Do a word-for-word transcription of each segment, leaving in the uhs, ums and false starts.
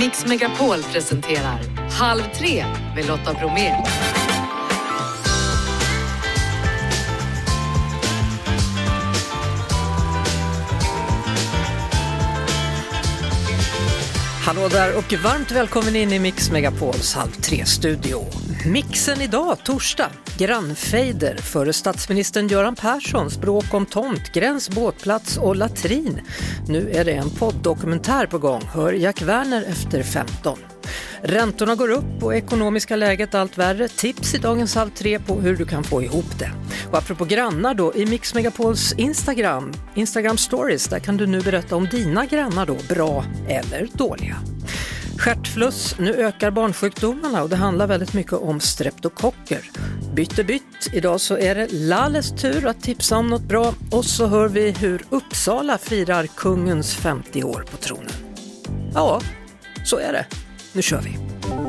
Mix Megapol presenterar Halv tre med Lotta Bromé. Hallå där och varmt välkommen in i Mix Megapols Halv tre-studio. Mixen idag, torsdag. Grannfejder före statsministern Göran Perssons bråk om tomtgräns, båtplats och latrin. Nu är det en podddokumentär på gång. Hör Jack Werner efter femton. Räntorna går upp och ekonomiska läget allt värre. Tips i dagens Halv tre på hur du kan få ihop det. Och apropå grannar då, i Mix Megapols Instagram, Instagram Stories, där kan du nu berätta om dina grannar då, bra eller dåliga. Stjärtfluss, nu ökar barnsjukdomarna och det handlar väldigt mycket om streptokocker. Bytte bytt, idag så är det Lalles tur att tipsa om något bra och så hör vi hur Uppsala firar kungens femtio år på tronen. Ja, så är det. Nu kör vi.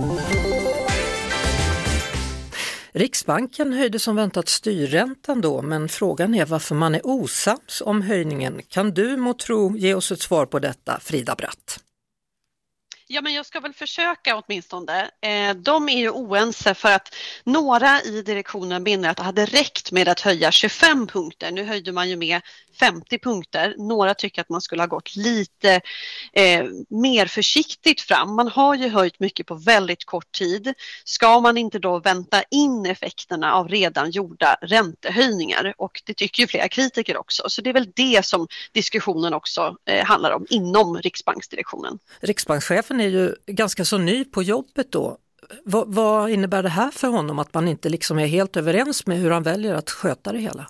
Riksbanken höjde som väntat styrräntan då, men frågan är varför man är osams om höjningen. Kan du må tro ge oss ett svar på detta, Frida Bratt? Ja, men jag ska väl försöka åtminstone. Eh, de är ju oense för att några i direktionen menar att det hade räckt med att höja tjugofem punkter. Nu höjde man ju med femtio punkter. Några tycker att man skulle ha gått lite eh, mer försiktigt fram. Man har ju höjt mycket på väldigt kort tid. Ska man inte då vänta in effekterna av redan gjorda räntehöjningar? Och det tycker ju flera kritiker också. Så det är väl det som diskussionen också eh, handlar om inom Riksbanksdirektionen. Riksbankschefen är ju ganska så ny på jobbet då. V- vad innebär det här för honom att man inte liksom är helt överens med hur han väljer att sköta det hela?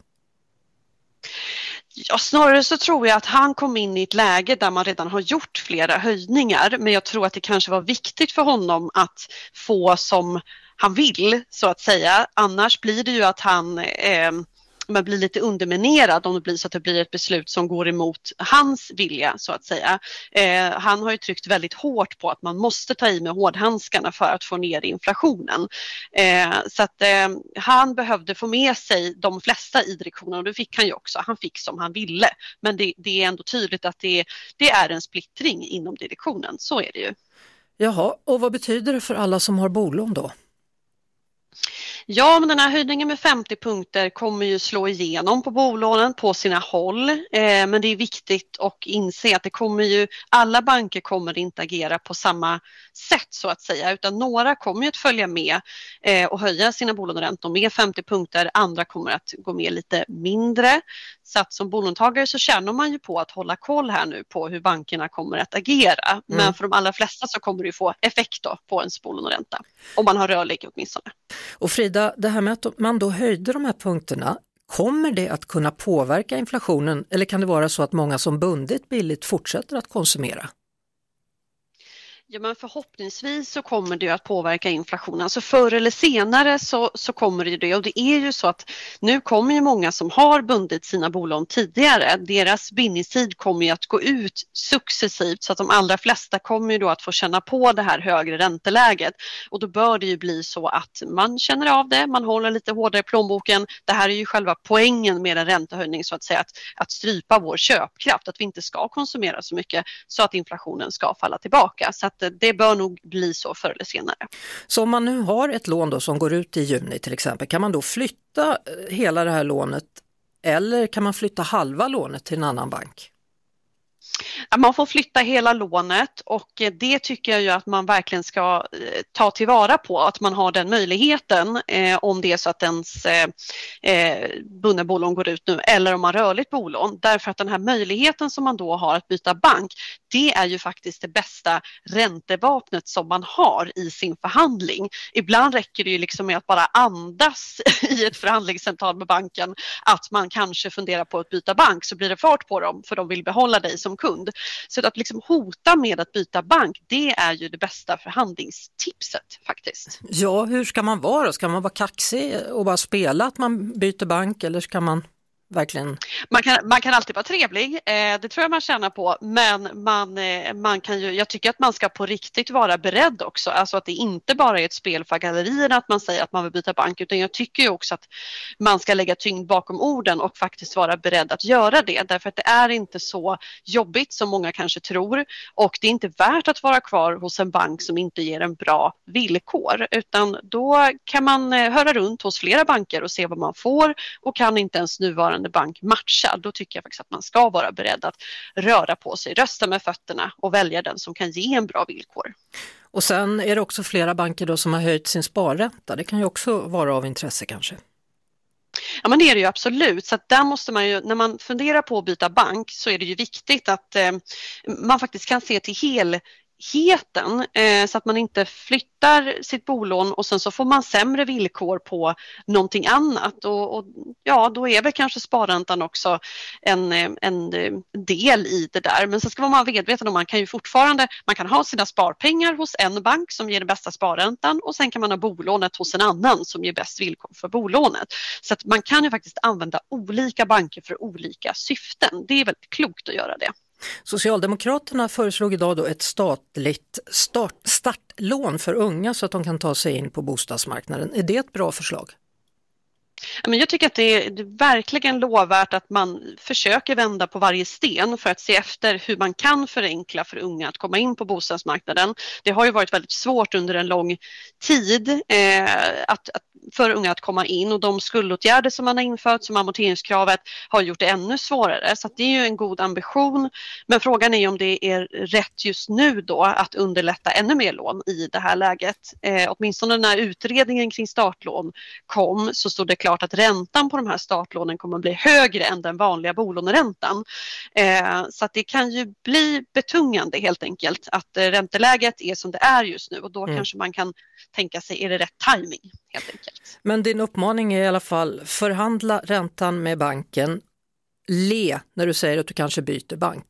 Ja, snarare så tror jag att han kom in i ett läge där man redan har gjort flera höjningar, men jag tror att det kanske var viktigt för honom att få som han vill så att säga. Annars blir det ju att han eh, man blir lite underminerad om det blir så att det blir ett beslut som går emot hans vilja så att säga. Eh, han har ju tryckt väldigt hårt på att man måste ta i med hårdhandskarna för att få ner inflationen. Eh, så att eh, han behövde få med sig de flesta i direktionen och det fick han ju också. Han fick som han ville. Men det, det är ändå tydligt att det, det är en splittring inom direktionen. Så är det ju. Jaha, och vad betyder det för alla som har bolån då? Ja, men den här höjningen med femtio punkter kommer ju slå igenom på bolånen på sina håll. Eh, men det är viktigt att inse att det kommer ju, alla banker kommer inte agera på samma sätt så att säga. Utan några kommer ju att följa med eh, och höja sina bolåneräntor med femtio punkter. Andra kommer att gå med lite mindre. Så att som bolåntagare så känner man ju på att hålla koll här nu på hur bankerna kommer att agera. Mm. Men för de allra flesta så kommer det ju få effekt då på ens bolåneränta. Om man har rörlig åtminstone. Och Frida, det här med att man då höjde de här punkterna, kommer det att kunna påverka inflationen eller kan det vara så att många som bundit billigt fortsätter att konsumera? Ja, men förhoppningsvis så kommer det att påverka inflationen. Så förr eller senare så, så kommer det det. Och det är ju så att nu kommer ju många som har bundit sina bolån tidigare. Deras bindningstid kommer ju att gå ut successivt så att de allra flesta kommer ju då att få känna på det här högre ränteläget. Och då bör det ju bli så att man känner av det, man håller lite hårdare i plånboken. Det här är ju själva poängen med en räntehöjning så att säga, att, att strypa vår köpkraft. Att vi inte ska konsumera så mycket så att inflationen ska falla tillbaka. Så att det bör nog bli så förr eller senare. Så om man nu har ett lån då som går ut i juni till exempel, kan man då flytta hela det här lånet eller kan man flytta halva lånet till en annan bank? Man får flytta hela lånet och det tycker jag ju att man verkligen ska ta tillvara på, att man har den möjligheten eh, om det är så att ens eh, bundna bolån går ut nu eller om man rörligt bolån. Därför att den här möjligheten som man då har att byta bank, det är ju faktiskt det bästa räntevapnet som man har i sin förhandling. Ibland räcker det ju liksom med att bara andas i ett förhandlingssamtal med banken att man kanske funderar på att byta bank, så blir det fart på dem för de vill behålla dig som kund. Så att liksom hota med att byta bank, det är ju det bästa förhandlingstipset faktiskt. Ja, hur ska man vara? Ska man vara kaxig och bara spela att man byter bank eller ska man verkligen... Man kan, man kan alltid vara trevlig, eh, det tror jag man tjänar på, men man, eh, man kan ju, jag tycker att man ska på riktigt vara beredd också, alltså att det inte bara är ett spel för gallerierna att man säger att man vill byta bank, utan jag tycker ju också att man ska lägga tyngd bakom orden och faktiskt vara beredd att göra det, därför att det är inte så jobbigt som många kanske tror, och det är inte värt att vara kvar hos en bank som inte ger en bra villkor, utan då kan man eh, höra runt hos flera banker och se vad man får, och kan inte ens nuvarande bank matcha, då tycker jag faktiskt att man ska vara beredd att röra på sig, rösta med fötterna och välja den som kan ge en bra villkor. Och sen är det också flera banker då som har höjt sin sparränta. Det kan ju också vara av intresse kanske. Ja, men det är det ju absolut, så att där måste man ju, när man funderar på att byta bank så är det ju viktigt att eh, man faktiskt kan se till hel heten, eh, så att man inte flyttar sitt bolån och sen så får man sämre villkor på någonting annat, och, och ja, då är väl kanske sparräntan också en, en del i det där, men så ska man vara medveten om man kan ju fortfarande, man kan ha sina sparpengar hos en bank som ger den bästa sparräntan, och sen kan man ha bolånet hos en annan som ger bäst villkor för bolånet, så att man kan ju faktiskt använda olika banker för olika syften. Det är väldigt klokt att göra det. Socialdemokraterna föreslog idag då ett statligt start, startlån för unga så att de kan ta sig in på bostadsmarknaden. Är det ett bra förslag? Men jag tycker att det är verkligen lovvärt att man försöker vända på varje sten för att se efter hur man kan förenkla för unga att komma in på bostadsmarknaden. Det har ju varit väldigt svårt under en lång tid eh, att, att för unga att komma in, och de skuldåtgärder som man har infört som amorteringskravet har gjort det ännu svårare, så att det är ju en god ambition, men frågan är om det är rätt just nu då att underlätta ännu mer lån i det här läget. Eh, åtminstone när utredningen kring startlån kom så stod det klart att räntan på de här startlånen kommer att bli högre än den vanliga bolåneräntan, eh, så att det kan ju bli betungande helt enkelt att eh, ränteläget är som det är just nu, och då mm. kanske man kan tänka sig, är det rätt timing helt enkelt. Men din uppmaning är i alla fall förhandla räntan med banken, le när du säger att du kanske byter bank.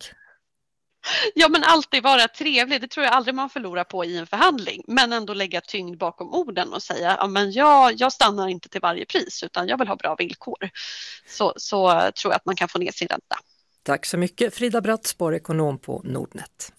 Ja, men alltid vara trevlig, det tror jag aldrig man förlorar på i en förhandling, men ändå lägga tyngd bakom orden och säga, ja men jag, jag stannar inte till varje pris utan jag vill ha bra villkor. Så, så tror jag att man kan få ner sin ränta. Tack så mycket, Frida Bratt, sparekonom på Nordnet.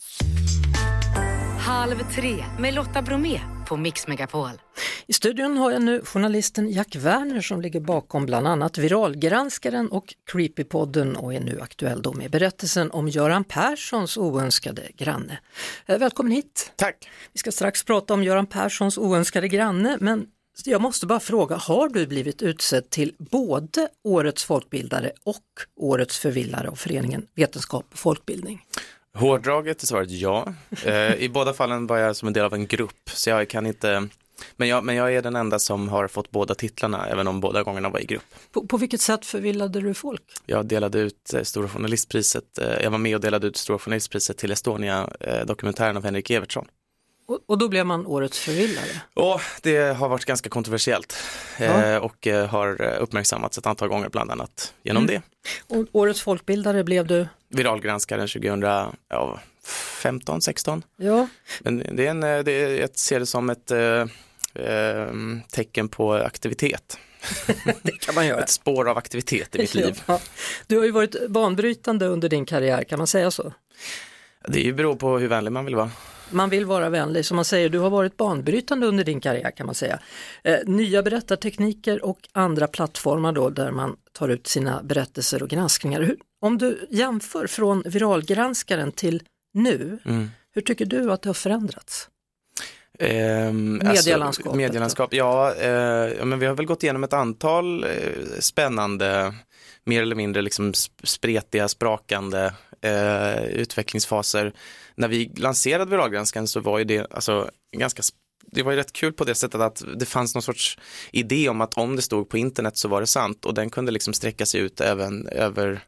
Halv tre med Lotta Bromé på Mix Megapol. I studion har jag nu journalisten Jack Werner som ligger bakom bland annat Viralgranskaren och Creepypodden och är nu aktuell då med berättelsen om Göran Perssons oönskade granne. Välkommen hit. Tack. Vi ska strax prata om Göran Perssons oönskade granne, men jag måste bara fråga, har du blivit utsedd till både Årets folkbildare och Årets förvillare av föreningen Vetenskap och folkbildning? Hårdraget är svaret ja. Eh, I båda fallen var jag som en del av en grupp, så jag kan inte... Men jag, men jag är den enda som har fått båda titlarna, även om båda gångerna var i grupp. På, på vilket sätt förvillade du folk? Jag delade ut eh, Stora journalistpriset. Eh, jag var med och delade ut Stora journalistpriset till Estonia, eh, dokumentären av Henrik Evertsson. Och, och då blev man Årets förvillare? Och det har varit ganska kontroversiellt eh, ja. och eh, har uppmärksammats ett antal gånger bland annat genom mm. det. Och Årets folkbildare blev du? Viralgranskaren tjugohundrafemton sexton. Ja. Men det är en, det är, jag ser det som ett eh, tecken på aktivitet. Det kan man göra. Ett spår av aktivitet i mitt liv. Ja. Du har ju varit banbrytande under din karriär, kan man säga så? Det är ju beror på hur vänlig man vill vara. Man vill vara vänlig, som man säger. Du har varit banbrytande under din karriär, kan man säga. Eh, nya berättartekniker och andra plattformar då, där man tar ut sina berättelser och granskningar. Hur, om du jämför från Viralgranskaren till nu, mm. hur tycker du att det har förändrats? Eh, Medielandskapet. Alltså, medielandskap, ja, eh, men vi har väl gått igenom ett antal eh, spännande, mer eller mindre liksom spretiga, sprakande eh, utvecklingsfaser. När vi lanserade Viralgranskaren så var ju det alltså ganska, det var ju rätt kul på det sättet att det fanns någon sorts idé om att om det stod på internet så var det sant, och den kunde liksom sträcka sig ut även över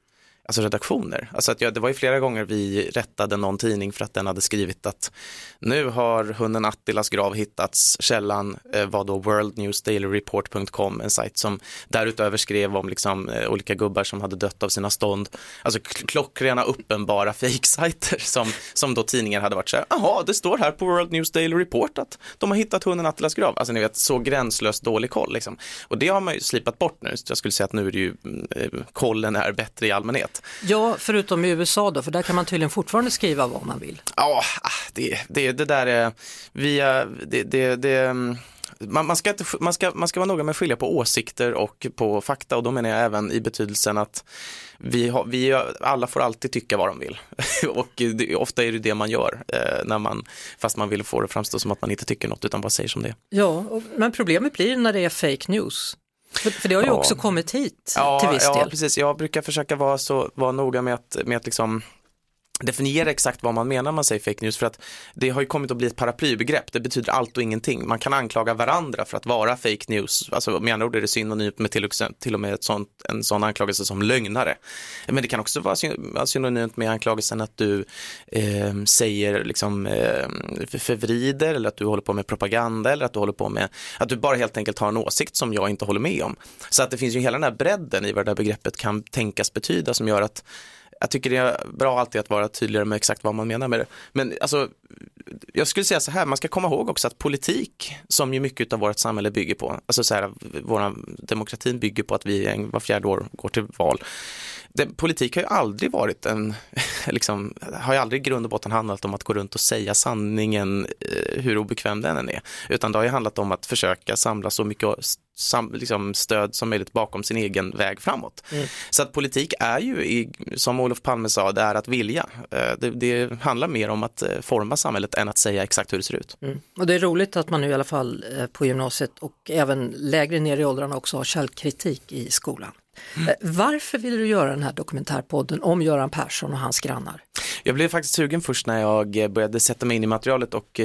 alltså redaktioner. Alltså att jag, det var ju flera gånger vi rättade någon tidning för att den hade skrivit att nu har hunden Attilas grav hittats. Källan eh, var då world news daily report punkt com, en sajt som därutöver skrev om liksom, eh, olika gubbar som hade dött av sina stånd. Alltså klockrena uppenbara fake-sajter som, som då tidningar hade varit så här, jaha, det står här på World News Daily Report att de har hittat hunden Attilas grav. Alltså ni vet, så gränslöst dålig koll liksom. Och det har man ju slipat bort nu. Så jag skulle säga att nu är det ju, eh, kollen är bättre i allmänhet. Ja, förutom i U S A då, för där kan man tydligen fortfarande skriva vad man vill. Ja, det, det, det där är via, det, det, det man, man, ska inte, man, ska, man ska vara noga med att skilja på åsikter och på fakta, och då menar jag även i betydelsen att vi, har, vi alla får alltid tycka vad de vill och det, ofta är det det man gör eh, när man, fast man vill få det framstå som att man inte tycker något utan bara säger som det. Ja, och, men problemet blir när det är fake news. För, för det har ju ja. också kommit hit ja, till viss ja, del. Ja, precis. Jag brukar försöka vara, så, vara noga med att, med att liksom definiera exakt vad man menar när man säger fake news, för att det har ju kommit att bli ett paraplybegrepp. Det betyder allt och ingenting. Man kan anklaga varandra för att vara fake news. Alltså med andra ord är det synonymt med till, till och med ett sånt, en sån anklagelse som lögnare. Men det kan också vara synonymt med anklagelsen att du eh, säger liksom eh, förvrider, eller att du håller på med propaganda, eller att du håller på med att du bara helt enkelt har en åsikt som jag inte håller med om. Så att det finns ju hela den här bredden i vad det här begreppet kan tänkas betyda, som gör att jag tycker det är bra alltid att vara tydligare med exakt vad man menar med det. Men alltså, jag skulle säga så här, man ska komma ihåg också att politik, som ju mycket av vårt samhälle bygger på, alltså så här, vår demokratin bygger på att vi en, var fjärde år går till val. Det, politik har ju aldrig varit en, liksom, har ju aldrig i grund och botten handlat om att gå runt och säga sanningen eh, hur obekväm den än är. Utan det har ju handlat om att försöka samla så mycket sam, liksom, stöd som möjligt bakom sin egen väg framåt. Mm. Så att politik är ju, i, som Olof Palme sa, det är att vilja. Eh, det, det handlar mer om att eh, forma samhället än att säga exakt hur det ser ut. Mm. Och det är roligt att man nu i alla fall eh, på gymnasiet och även lägre ner i åldrarna också har källkritik i skolan. Mm. Varför vill du göra den här dokumentärpodden om Göran Persson och hans grannar? Jag blev faktiskt sugen först när jag började sätta mig in i materialet och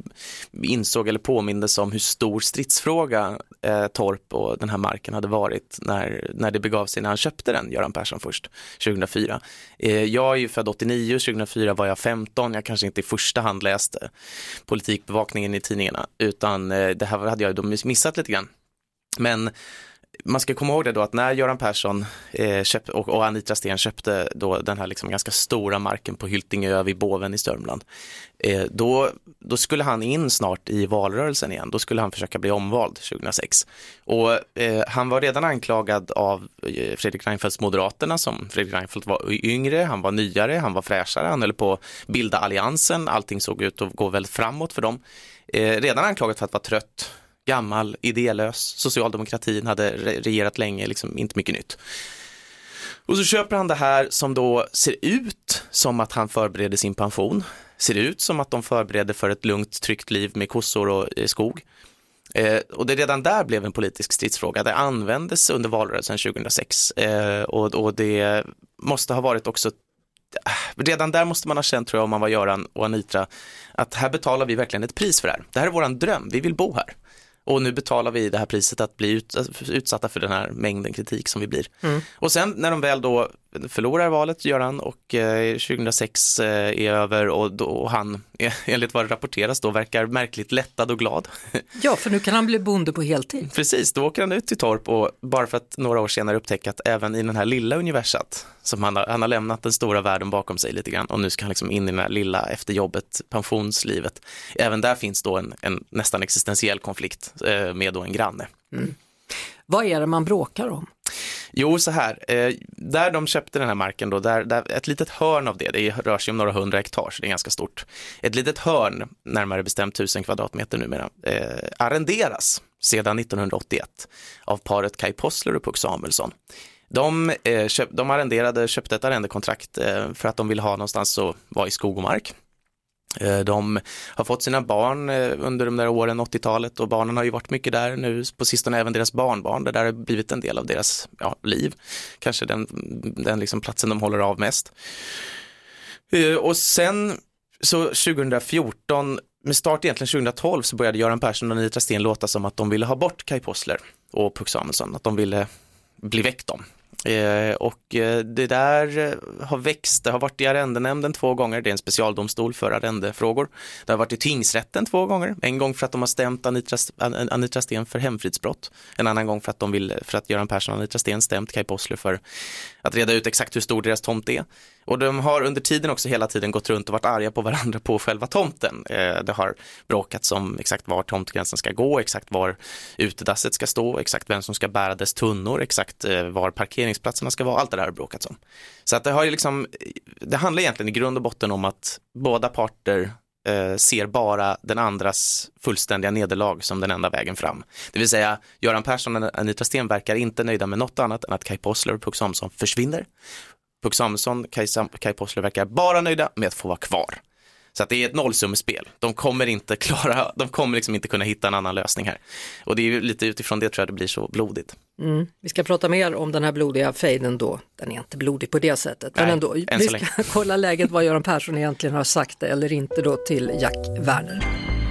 insåg eller påmindes om hur stor stridsfråga eh, Torp och den här marken hade varit när, när det begav sig när han köpte den, Göran Persson först, tjugohundrafyra. Eh, jag är ju född åttionio, tjugohundrafyra var jag femton, jag kanske inte i första hand läste politikbevakningen i tidningarna, utan eh, det här hade jag då missat lite grann. Men man ska komma ihåg det då att när Göran Persson eh, köpt, och, och Anitra Sten köpte då den här liksom ganska stora marken på Hyltingö vid Båven i Sörmland, eh, då, då skulle han in snart i valrörelsen igen. Då skulle han försöka bli omvald tjugohundrasex. Och eh, han var redan anklagad av eh, Fredrik Reinfeldts Moderaterna, som Fredrik Reinfeldt var yngre, han var nyare, han var fräschare, han höll på att bilda alliansen, allting såg ut att gå väldigt framåt för dem. Eh, redan anklagad för att vara trött, gammal, idélös. Socialdemokratin hade regerat länge, liksom inte mycket nytt. Och så köper han det här som då ser ut som att han förbereder sin pension. Ser ut som att de förbereder för ett lugnt, tryggt liv med kossor och eh, skog. Eh, och det redan där blev en politisk stridsfråga. Det användes under valrörelsen tjugohundrasex. Eh, och, och det måste ha varit också, redan där måste man ha känt, tror jag, om man var Göran och Anitra, att här betalar vi verkligen ett pris för det här. Det här är våran dröm, vi vill bo här. Och nu betalar vi det här priset att bli ut, utsatta för den här mängden kritik som vi blir. Mm. Och sen när de väl då förlorar valet, Göran, och eh, tjugohundrasex eh, är över och, då, och han, eh, enligt vad det rapporteras då, verkar märkligt lättad och glad. Ja, för nu kan han bli bonde på heltid. Precis, då åker han ut till Torp och bara för att några år senare upptäcka att även i den här lilla universat, som han har, han har lämnat den stora världen bakom sig lite grann, och nu ska han liksom in i den här lilla efterjobbet, pensionslivet. Även där finns då en, en nästan existentiell konflikt eh, med då en granne. Mm. Vad är det man bråkar om? Jo, så här, eh, där de köpte den här marken då, där, där ett litet hörn av det, det rör sig om några hundra hektar, så det är ganska stort. Ett litet hörn, närmare bestämt tusen kvadratmeter numera, eh, arrenderas sedan nittonhundraåttioett av paret Kai Possler och Puck Samuelsson. De, eh, köp, de arrenderade, köpte ett arrendekontrakt eh, för att de ville ha någonstans att vara i skog och mark. De har fått sina barn under de där åren, åttiotalet, och barnen har ju varit mycket där nu på sistone, även deras barnbarn. Det där har blivit en del av deras ja, liv. Kanske den, den liksom platsen de håller av mest. Och sen så tjugohundrafjorton, med start egentligen tjugohundratolv, så började Göran Persson och Anitra Sten låta som att de ville ha bort Kai Possler och Puck Samuelsson, att de ville bli väck dem. Eh, och eh, det där har växt, det har varit i arrendenämnden två gånger, det är en specialdomstol för arrendefrågor. Det har varit i tingsrätten två gånger, en gång för att de har stämt Anitra, Anitra Sten för hemfridsbrott, en annan gång för att de vill, för att Göran Persson och Anitra Sten stämt Kaj Possler för att reda ut exakt hur stor deras tomt är. Och de har under tiden också hela tiden gått runt och varit arga på varandra på själva tomten. Eh, det har bråkats om exakt var tomtgränsen ska gå, exakt var utedasset ska stå, exakt vem som ska bära dess tunnor, exakt eh, var parkeringsplatserna ska vara. Allt det där har bråkats om. Så att det har ju liksom, det handlar egentligen i grund och botten om att båda parter eh, ser bara den andras fullständiga nederlag som den enda vägen fram. Det vill säga, Göran Persson och Anitra Sten verkar inte nöjda med något annat än att Kaj Possler och Puk Samuelsson försvinner. Puk Samuelsson, Kaj, Kaj Possler verkar bara nöjda med att få vara kvar. Så att det är ett nollsummespel. De kommer inte klara, de kommer liksom inte kunna hitta en annan lösning här. Och det är ju lite utifrån det tror jag det blir så blodigt. Mm. Vi ska prata mer om den här blodiga fejden då. Den är inte blodig på det sättet. Men Nej, ändå, vi ska kolla läget vad Göran Persson egentligen har sagt eller inte då till Jack Werner.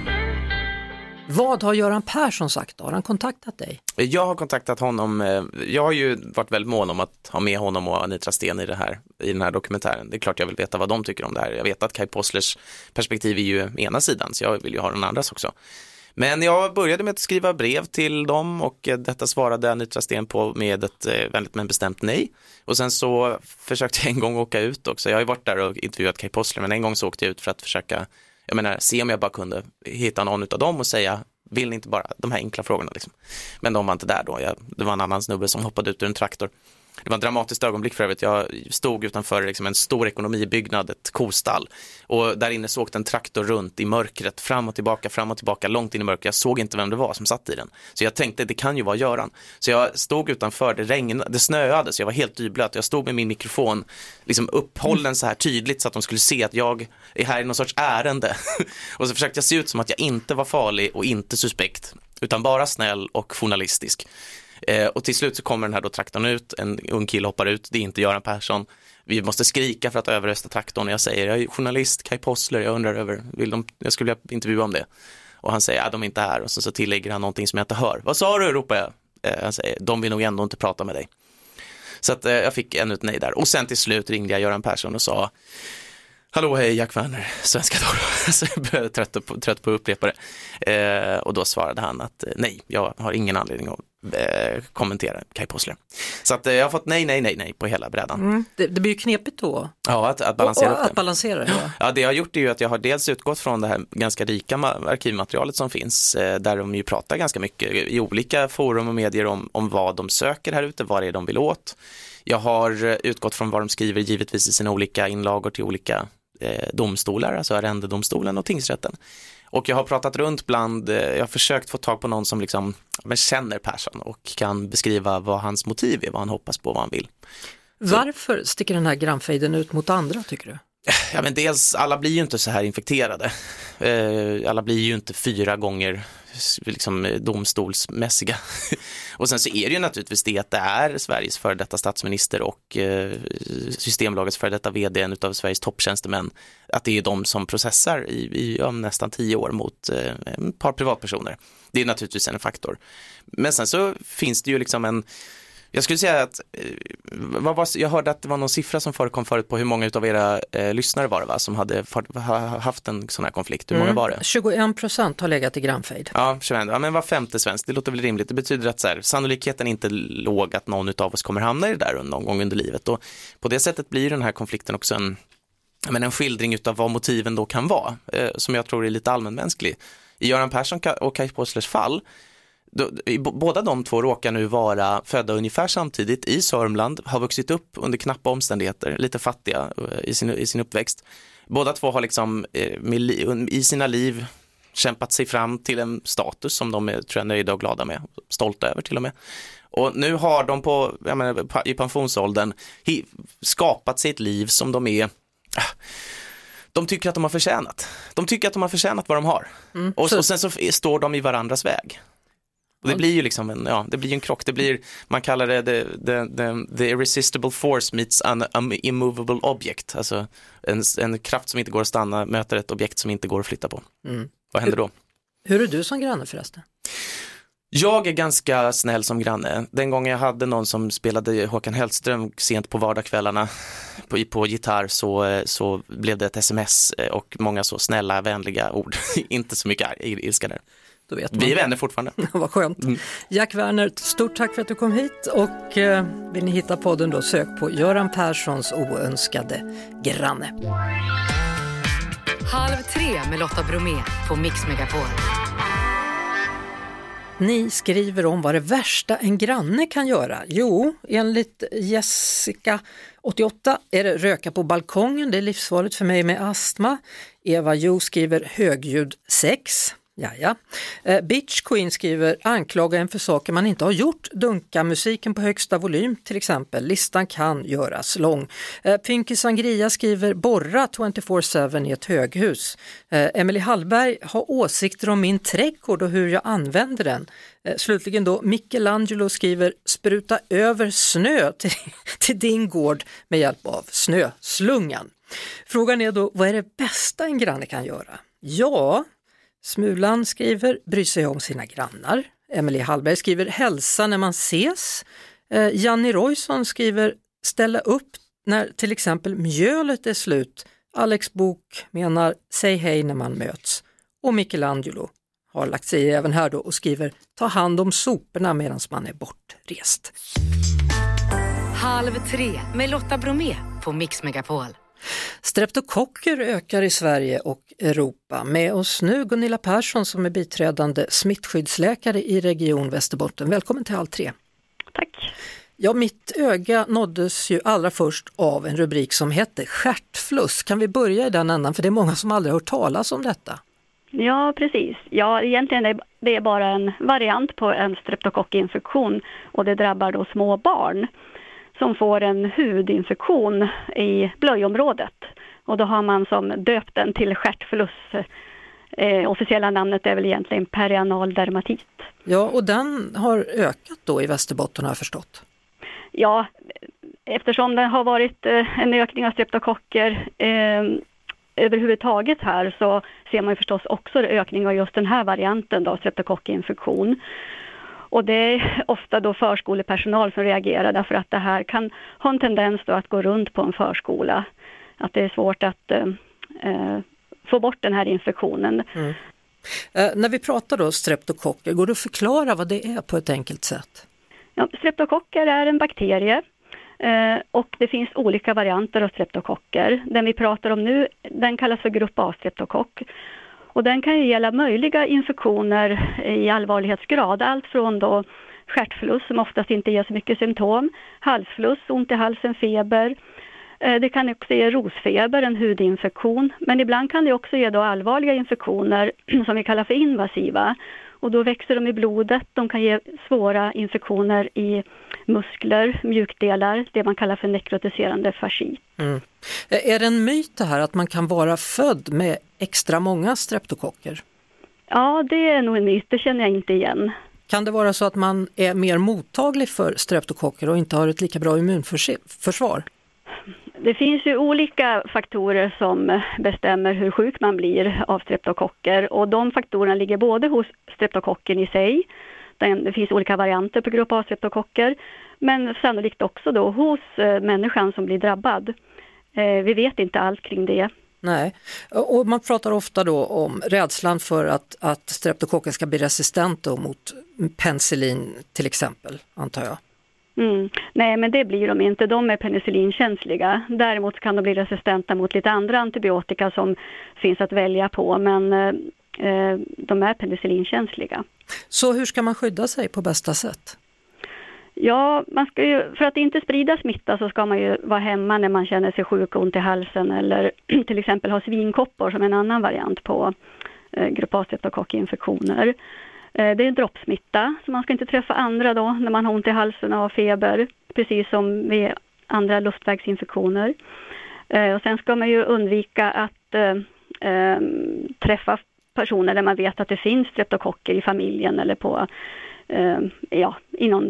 Vad har Göran Persson sagt? Har han kontaktat dig? Jag har kontaktat honom. Jag har ju varit väldigt mån om att ha med honom och Anitra Sten i, det här, i den här dokumentären. Det är klart jag vill veta vad de tycker om det här. Jag vet att Kaj Posslers perspektiv är ju ena sidan, så jag vill ju ha den andras också. Men jag började med att skriva brev till dem och detta svarade Anitra Sten på med ett väldigt men bestämt nej. Och sen så försökte jag en gång åka ut också. Jag har ju varit där och intervjuat Kaj Possler, men en gång så åkte jag ut för att försöka, jag menar, se om jag bara kunde hitta någon av dem och säga, vill ni inte bara de här enkla frågorna liksom. Men de var inte där då. Jag, det var en annan snubbe som hoppade ut ur en traktor. Det var ett dramatiskt ögonblick för övrigt. Jag stod utanför liksom en stor ekonomibyggnad, ett kostall. Och där inne såg en traktor runt i mörkret, fram och tillbaka, fram och tillbaka, långt in i mörkret. Jag såg inte vem det var som satt i den. Så jag tänkte, det kan ju vara Göran. Så jag stod utanför, det regnade, det snöade, så jag var helt dyblöt. Jag stod med min mikrofon liksom upphållen så här tydligt så att de skulle se att jag är här i någon sorts ärende. Och så försökte jag se ut som att jag inte var farlig och inte suspekt, utan bara snäll och journalistisk. Eh, och till slut så kommer den här då traktorn ut, en ung kille hoppar ut, det är inte Göran Persson. Vi måste skrika för att överrösta traktorn. Jag säger, jag är journalist, Kaj Possler, jag undrar över, vill de, jag skulle vilja intervjua om det. Och han säger, ja de är inte här. Och så, så tillägger han någonting som jag inte hör. Vad sa du, ropar jag. Eh, han säger, de vill nog ändå inte prata med dig. Så att eh, jag fick ännu ett nej där. Och sen till slut ringde jag Göran Persson och sa, hallå, hej, Jack Werner, Svenska Dagbladet. Så jag blev trött på, trött på att upprepa det. Eh, och då svarade han att eh, nej, jag har ingen anledning att eh, kommentera Kaj Possler. Så att eh, jag har fått nej, nej, nej, nej på hela brädan. Mm. Det, det blir ju knepigt då. Ja, att, att balansera och, och, upp det. Att balansera det, ja. Ja, det jag har gjort är ju att jag har dels utgått från det här ganska rika ma- arkivmaterialet som finns, eh, där de ju pratar ganska mycket i olika forum och medier om, om vad de söker här ute, vad det är de vill åt. Jag har utgått från vad de skriver givetvis i sina olika inlagor till olika eh, domstolar, alltså arrendedomstolen och tingsrätten. Och jag har pratat runt bland, eh, jag har försökt få tag på någon som liksom men känner Persson och kan beskriva vad hans motiv är, vad han hoppas på, vad han vill. Varför sticker den här grannfejden ut mot andra, tycker du? Ja, men dels, alla blir ju inte så här infekterade. Eh, alla blir ju inte fyra gånger liksom domstolsmässiga. Och sen så är det ju naturligtvis det att det är Sveriges före detta statsminister och eh, Systembolagets före detta vd, en utav Sveriges topptjänstemän, att det är de som processar i, i ja, nästan tio år mot eh, ett par privatpersoner. Det är naturligtvis en faktor. Men sen så finns det ju liksom en, jag skulle säga att vad var, jag hörde att det var någon siffra som förekom förut på hur många av era eh, lyssnare var det va, som hade för, ha, haft en sån här konflikt. Hur många var det? tjugoen procent har legat i grannfejd. Ja, tjugoen, ja, men var femte svensk, det låter väl rimligt. Det betyder att så här, sannolikheten är inte låg att någon av oss kommer hamna i det där någon gång under livet. Och på det sättet blir den här konflikten också en, men en skildring utav vad motiven då kan vara, eh, som jag tror är lite allmänmänsklig. I Göran Persson och Kaj Posslers fall, Då, båda de två råkar nu vara födda ungefär samtidigt i Sörmland, har vuxit upp under knappa omständigheter, lite fattiga i sin, i sin uppväxt. Båda två har liksom eh, med, i sina liv kämpat sig fram till en status som de är, tror jag, nöjda och glada med, stolta över till och med. Och nu har de på, jag menar, i pensionsåldern hi, skapat sig ett liv som de är... Äh, de tycker att de har förtjänat. De tycker att de har förtjänat vad de har. Mm, och, och sen så står de i varandras väg. Och det blir ju liksom en, ja, det blir en krock. Det blir, man kallar det the, the, the, the irresistible force meets an, an immovable object. Alltså en, en kraft som inte går att stanna möter ett objekt som inte går att flytta på. Mm. Vad händer då? Hur är du som granne förresten? Jag är ganska snäll som granne. Den gången jag hade någon som spelade Håkan Hellström sent på vardagskvällarna på, på gitarr så, så blev det ett sms och många så snälla, vänliga ord. Inte så mycket ilska där. Då vet Vi är vänner fortfarande. Vad skönt. Mm. Jack Werner, stort tack för att du kom hit och eh, vill ni hitta podden då, sök på Göran Perssons oönskade granne. Halv tre med Lotta Bromé på Mix Megapol. Ni skriver om vad det värsta en granne kan göra. Jo, enligt Jessica åttioåtta är det röka på balkongen. Det är livsfarligt för mig med astma. Eva Jo skriver högljud sex. Jaja. Eh, Bitch Queen skriver anklaga en för saker man inte har gjort. Dunka musiken på högsta volym till exempel. Listan kan göras lång. Eh, Pinky Sangria skriver borra tjugofyra sju i ett höghus. Eh, Emily Hallberg har åsikter om min trädgård och hur jag använder den. Eh, slutligen då Michelangelo skriver spruta över snö till, till din gård med hjälp av snöslungan. Frågan är då, vad är det bästa en granne kan göra? Ja... Smulan skriver bry sig om sina grannar. Emily Hallberg skriver hälsa när man ses. Eh, Janni Roysson skriver ställa upp när till exempel mjölet är slut. Alex Bok menar säg hej när man möts. Och Michelangelo har lagt sig även här då och skriver ta hand om soporna medan man är bortrest. Halv tre med Lotta Bromé på Mix Megapol. Streptokocker ökar i Sverige och Europa. Med oss nu Gunilla Persson som är biträdande smittskyddsläkare i Region Västerbotten. Välkommen till Halv tre. Tack. Ja, mitt öga nåddes ju allra först av en rubrik som hette stjärtfluss. Kan vi börja i den ändan? För det är många som aldrig hört talas om detta. Ja, precis. Ja, egentligen är det bara en variant på en streptokockinfektion och det drabbar då små barn som får en hudinfektion i blöjområdet. Och då har man som döpt den till stjärtfluss. Eh, officiella namnet är väl egentligen perianal dermatit. Ja, och den har ökat då i Västerbotten har jag förstått. Ja, eftersom det har varit eh, en ökning av streptokocker eh, överhuvudtaget här så ser man ju förstås också en ökning av just den här varianten då, streptokockinfektion. Och det är ofta då förskolepersonal som reagerar därför att det här kan ha en tendens då att gå runt på en förskola. Att det är svårt att eh, få bort den här infektionen. Mm. Eh, när vi pratar då streptokocker, går det att förklara vad det är på ett enkelt sätt? Ja, streptokocker är en bakterie eh, och det finns olika varianter av streptokocker. Den vi pratar om nu, den kallas för grupp A-streptokock. Och den kan ju gälla möjliga infektioner i allvarlighetsgrad. Allt från då stjärtfluss som oftast inte ger så mycket symptom. Halsfluss, ont i halsen, feber. Det kan också ge rosfeber, en hudinfektion. Men ibland kan det också ge då allvarliga infektioner som vi kallar för invasiva. Och då växer de i blodet. De kan ge svåra infektioner i muskler, mjukdelar. Det man kallar för nekrotiserande fasciit. Mm. Är det en myt det här att man kan vara född med extra många streptokocker? Ja, det är nog en myt. Det känner jag inte igen. Kan det vara så att man är mer mottaglig för streptokocker och inte har ett lika bra immunförsvar? Det finns ju olika faktorer som bestämmer hur sjuk man blir av streptokocker. Och de faktorerna ligger både hos streptokocken i sig. Det finns olika varianter på grupp A-streptokocker. Men sannolikt också då hos människan som blir drabbad. Vi vet inte allt kring det. Nej, och man pratar ofta då om rädslan för att, att streptokocker ska bli resistenta mot penicillin till exempel, antar jag. Mm. Nej, men det blir de inte. De är penicillinkänsliga. Däremot kan de bli resistenta mot lite andra antibiotika som finns att välja på, men eh, de är penicillinkänsliga. Så hur ska man skydda sig på bästa sätt? Ja, man ska ju, för att inte sprida smitta så ska man ju vara hemma när man känner sig sjuk och ont i halsen eller till exempel ha svinkoppor som en annan variant på eh, grupp A-streptokockinfektioner. Eh, det är en droppsmitta så man ska inte träffa andra då när man har ont i halsen och har feber, precis som vid andra luftvägsinfektioner. Eh, och sen ska man ju undvika att eh, eh, träffa personer där man vet att det finns streptokocker i familjen eller på eh, ja, i någon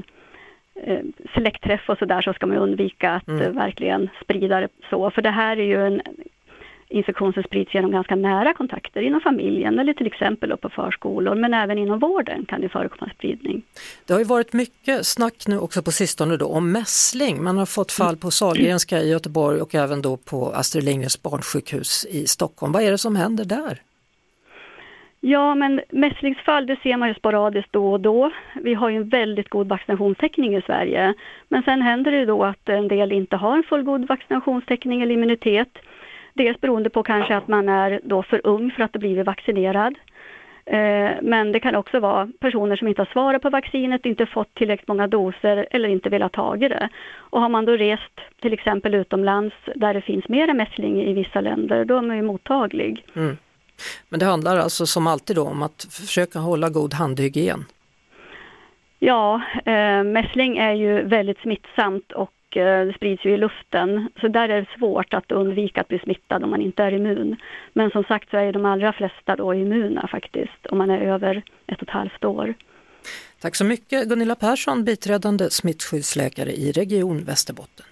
släktträff och så där, så ska man undvika att mm. verkligen sprida det så. För det här är ju en infektion som sprids genom ganska nära kontakter inom familjen eller till exempel på förskolor, men även inom vården kan det förekomma spridning. Det har ju varit mycket snack nu också på sistone då om mässling. Man har fått fall på Sahlgrenska i Göteborg och även då på Astrid Lindgrens barnsjukhus i Stockholm. Vad är det som händer där? Ja, men mässlingsfall det ser man ju sporadiskt då och då. Vi har ju en väldigt god vaccinationstäckning i Sverige. Men sen händer det då att en del inte har en fullgod vaccinationstäckning eller immunitet. Dels beroende på kanske att man är då för ung för att ha blivit vaccinerad. Eh, men det kan också vara personer som inte har svarat på vaccinet, inte fått tillräckligt många doser eller inte velat ta i det. Och har man då rest till exempel utomlands där det finns mer mässling i vissa länder, då är man ju mottaglig. Mm. Men det handlar alltså som alltid då om att försöka hålla god handhygien? Ja, eh, mässling är ju väldigt smittsamt och eh, det sprids ju i luften. Så där är det svårt att undvika att bli smittad om man inte är immun. Men som sagt så är de allra flesta då immuna faktiskt om man är över ett och ett halvt år. Tack så mycket Gunilla Persson, biträdande smittskyddsläkare i Region Västerbotten.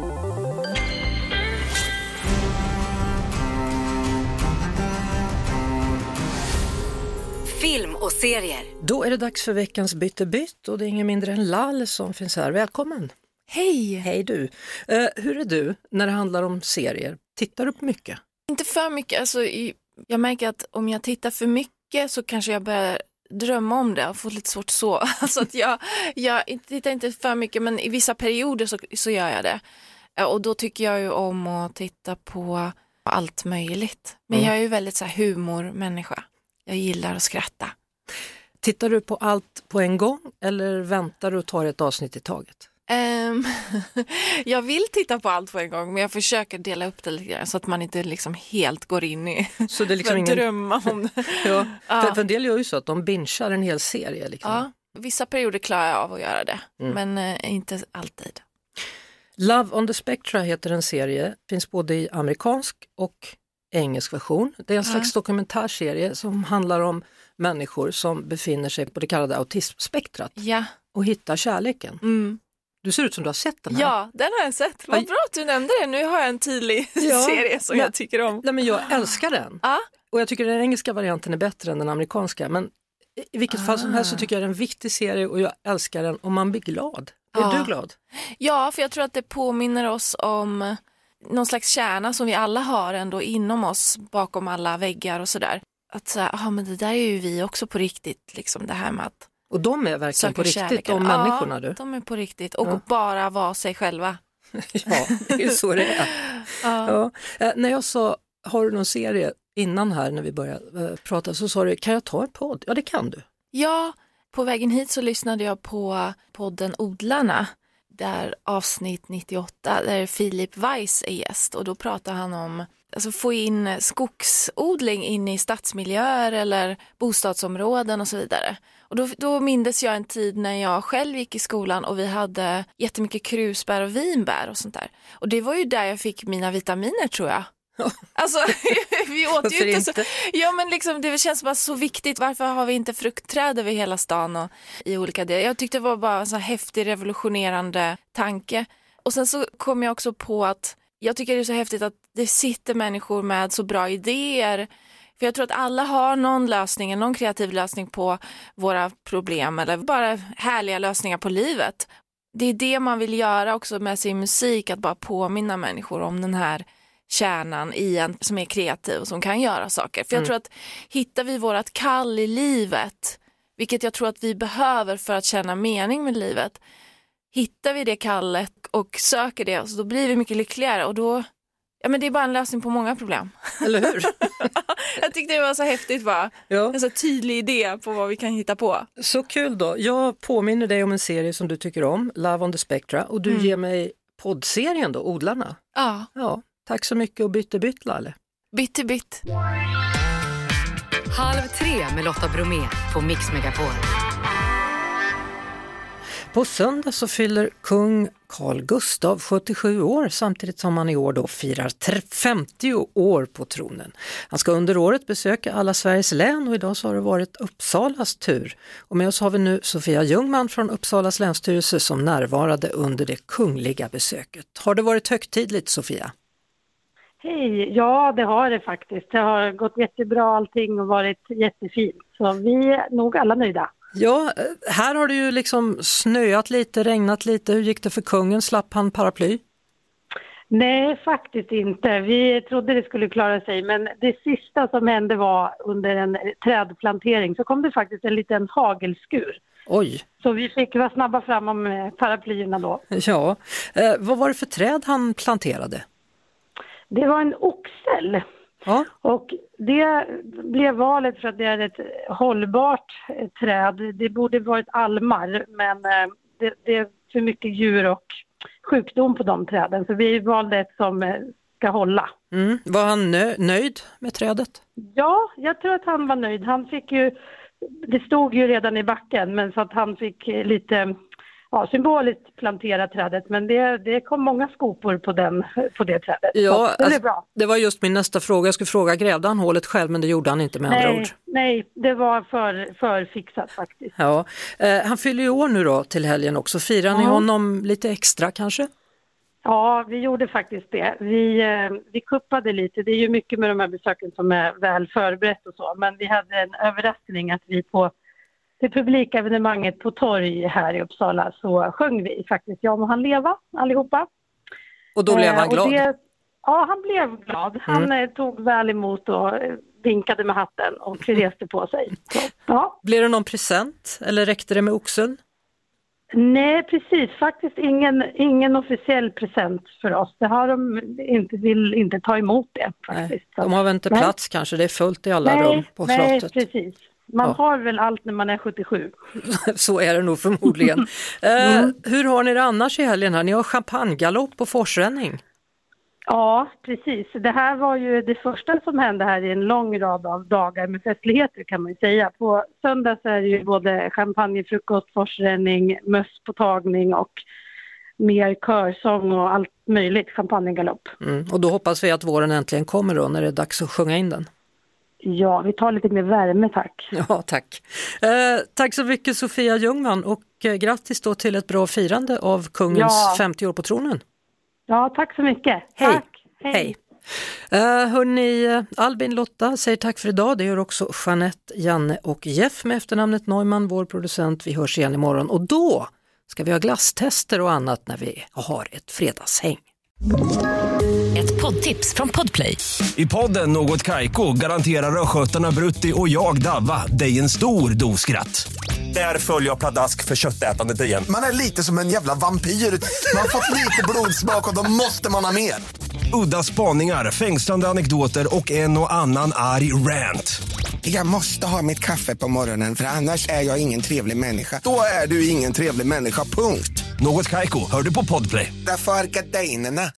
Film och serier. Då är det dags för veckans byttebytt och det är ingen mindre än Lall som finns här. Välkommen! Hej! Hej du! Uh, hur är du när det handlar om serier? Tittar du på mycket? Inte för mycket. Alltså, jag märker att om jag tittar för mycket så kanske jag börjar drömma om det och få lite svårt så. Alltså att jag, jag tittar inte för mycket men i vissa perioder så, så gör jag det. Och då tycker jag ju om att titta på allt möjligt. Men mm. jag är ju väldigt så här humormänniska. Jag gillar att skratta. Tittar du på allt på en gång eller väntar du och tar ett avsnitt i taget? Um, jag vill titta på allt på en gång men jag försöker dela upp det lite grann så att man inte liksom helt går in i så det är liksom ingen... drömma om det. Ja, ja. För, för en del gör ju så att de bingear en hel serie. Liksom. Ja, vissa perioder klarar jag av att göra det mm. men uh, inte alltid. Love on the Spectra heter en serie, finns både i amerikansk och engelsk version. Det är en slags ja. dokumentärserie som handlar om människor som befinner sig på det kallade autismspektrat ja. och hittar kärleken. Mm. Du ser ut som du har sett den här. Ja, den har jag sett. Vad bra att du nämnde det. Nu har jag en tydlig ja, serie som men, jag tycker om. Nej, men jag älskar den. Ah. Och jag tycker den engelska varianten är bättre än den amerikanska. Men i vilket ah. fall som helst så tycker jag det är en viktig serie och jag älskar den och man blir glad. Är ah. du glad? Ja, för jag tror att det påminner oss om någon slags kärna som vi alla har ändå inom oss bakom alla väggar och sådär. Att så här, ah, men det där är ju vi också på riktigt, liksom det här med att och de är verkligen på riktigt, kärleken. De människorna du? Ja, de är på riktigt och ja. bara vara sig själva. Ja, det är så det är. ja. Ja. Äh, när jag sa, har du någon serie innan här när vi började äh, prata så sa du, kan jag ta en podd? Ja, det kan du. Ja, på vägen hit så lyssnade jag på podden Odlarna. Där avsnitt nittioåtta där Filip Weiss är gäst och då pratar han om alltså få in skogsodling in i stadsmiljöer eller bostadsområden och så vidare. Och då, då mindes jag en tid när jag själv gick i skolan och vi hade jättemycket krusbär och vinbär och sånt där. Och det var ju där jag fick mina vitaminer tror jag. Alltså vi åt ju inte så. Ja men liksom det känns bara så viktigt. Varför har vi inte fruktträd över hela stan och i olika delar? Jag tyckte det var bara en så häftig revolutionerande tanke. Och sen så kom jag också på att jag tycker det är så häftigt att det sitter människor med så bra idéer. För jag tror att alla har någon lösning, någon kreativ lösning på våra problem eller bara härliga lösningar på livet. Det är det man vill göra också med sin musik, att bara påminna människor om den här kärnan i en som är kreativ och som kan göra saker. För jag mm. tror att hittar vi vårat kall i livet, vilket jag tror att vi behöver för att känna mening med livet, hittar vi det kallet och söker det så då blir vi mycket lyckligare och då, ja men det är bara en lösning på många problem. Eller hur? Jag tyckte det var så häftigt va? Ja. En så tydlig idé på vad vi kan hitta på. Så kul då. Jag påminner dig om en serie som du tycker om, Love on the Spectra, och du mm. ger mig poddserien då, Odlarna. Ja. Ja. Tack så mycket och bytte bytt, Lalle. Bytte bytt. Halv tre med Lotta Bromé på Mix Megapol. På söndag så fyller kung Carl Gustav sjuttiosju år samtidigt som han i år då firar femtio år på tronen. Han ska under året besöka alla Sveriges län och idag så har det varit Uppsalas tur. Och med oss har vi nu Sofia Ljungman från Uppsalas länsstyrelse som närvarade under det kungliga besöket. Har det varit högtidligt, Sofia? Hej, ja det har det faktiskt. Det har gått jättebra allting och varit jättefint. Så vi är nog alla nöjda. Ja, här har det ju liksom snöat lite, regnat lite. Hur gick det för kungen? Slapp han paraply? Nej, faktiskt inte. Vi trodde det skulle klara sig, men det sista som hände var under en trädplantering så kom det faktiskt en liten hagelskur. Oj. Så vi fick vara snabba fram med paraplyerna då. Ja, eh, vad var det för träd han planterade? Det var en oxel. Ja. Och det blev valet för att det är ett hållbart träd. Det borde varit almar, men det, det är för mycket djur och sjukdom på de träden. Så vi valde ett som ska hålla. Mm. Var han nö- nöjd med trädet? Ja, jag tror att han var nöjd. Han fick ju, det stod ju redan i backen, men så att han fick lite... Ja, symboliskt plantera trädet, men det, det kom många skopor på, den, på det trädet. Ja, det, alltså, bra. Det var just min nästa fråga. Jag skulle fråga, grävde han hålet själv, men det gjorde han inte med nej, andra ord. Nej, det var för, för fixat faktiskt. Ja. Eh, han fyller ju år nu då till helgen också. Firar ja. ni honom lite extra kanske? Ja, vi gjorde faktiskt det. Vi, eh, vi kuppade lite. Det är ju mycket med de här besöken som är väl förberett och så. Men vi hade en överraskning att vi på det publikevenemanget på torg här i Uppsala så sjöng vi faktiskt Ja må han leva allihopa. Och då blev han glad? Eh, det, ja, han blev glad. Han mm. tog väl emot och vinkade med hatten och reste på sig. Så, ja. Blev det någon present eller räckte det med oxen? Nej, precis. Faktiskt ingen, ingen officiell present för oss. Det har de inte, vill inte ta emot det faktiskt. Nej, de har väl inte nej. plats kanske, det är fullt i alla nej, rum på nej, slottet. Nej, precis. Man ja. har väl allt när man är sjuttiosju. Så är det nog förmodligen. mm. eh, hur har ni det annars i helgen här? Ni har champagnegalopp och forsränning. Ja, precis. Det här var ju det första som hände här i en lång rad av dagar med festligheter kan man ju säga. På söndag så är det ju både champagnefrukost, forsränning, möss på tagning och mer körsång och allt möjligt champagnegalopp. Mm. Och då hoppas vi att våren äntligen kommer då när det är dags att sjunga in den. Ja, vi tar lite mer värme, tack. Ja, tack. Eh, tack så mycket Sofia Ljungman och eh, grattis då till ett bra firande av kungens ja. femtio år på tronen. Ja, tack så mycket. Hej. Tack. Hej. Hej. Uh, hörni, Albin, Lotta säger tack för idag. Det gör också Jeanette, Janne och Jeff med efternamnet Neumann, vår producent. Vi hörs igen imorgon och då ska vi ha glasstester och annat när vi har ett fredagshäng. Ett poddtips från Podplay. I podden Något Kaiko garanterar röskötarna Brutti och jag Davva dig en stor doskratt. Där följer jag pladask för köttätandet igen. Man är lite som en jävla vampyr. Man har fått lite blodsmak och då måste man ha mer. Udda spaningar, fängslande anekdoter och en och annan arg rant. Jag måste ha mitt kaffe på morgonen för annars är jag ingen trevlig människa. Då är du ingen trevlig människa, punkt. Något Kaiko, hör du på Podplay. Därför är gardinerna.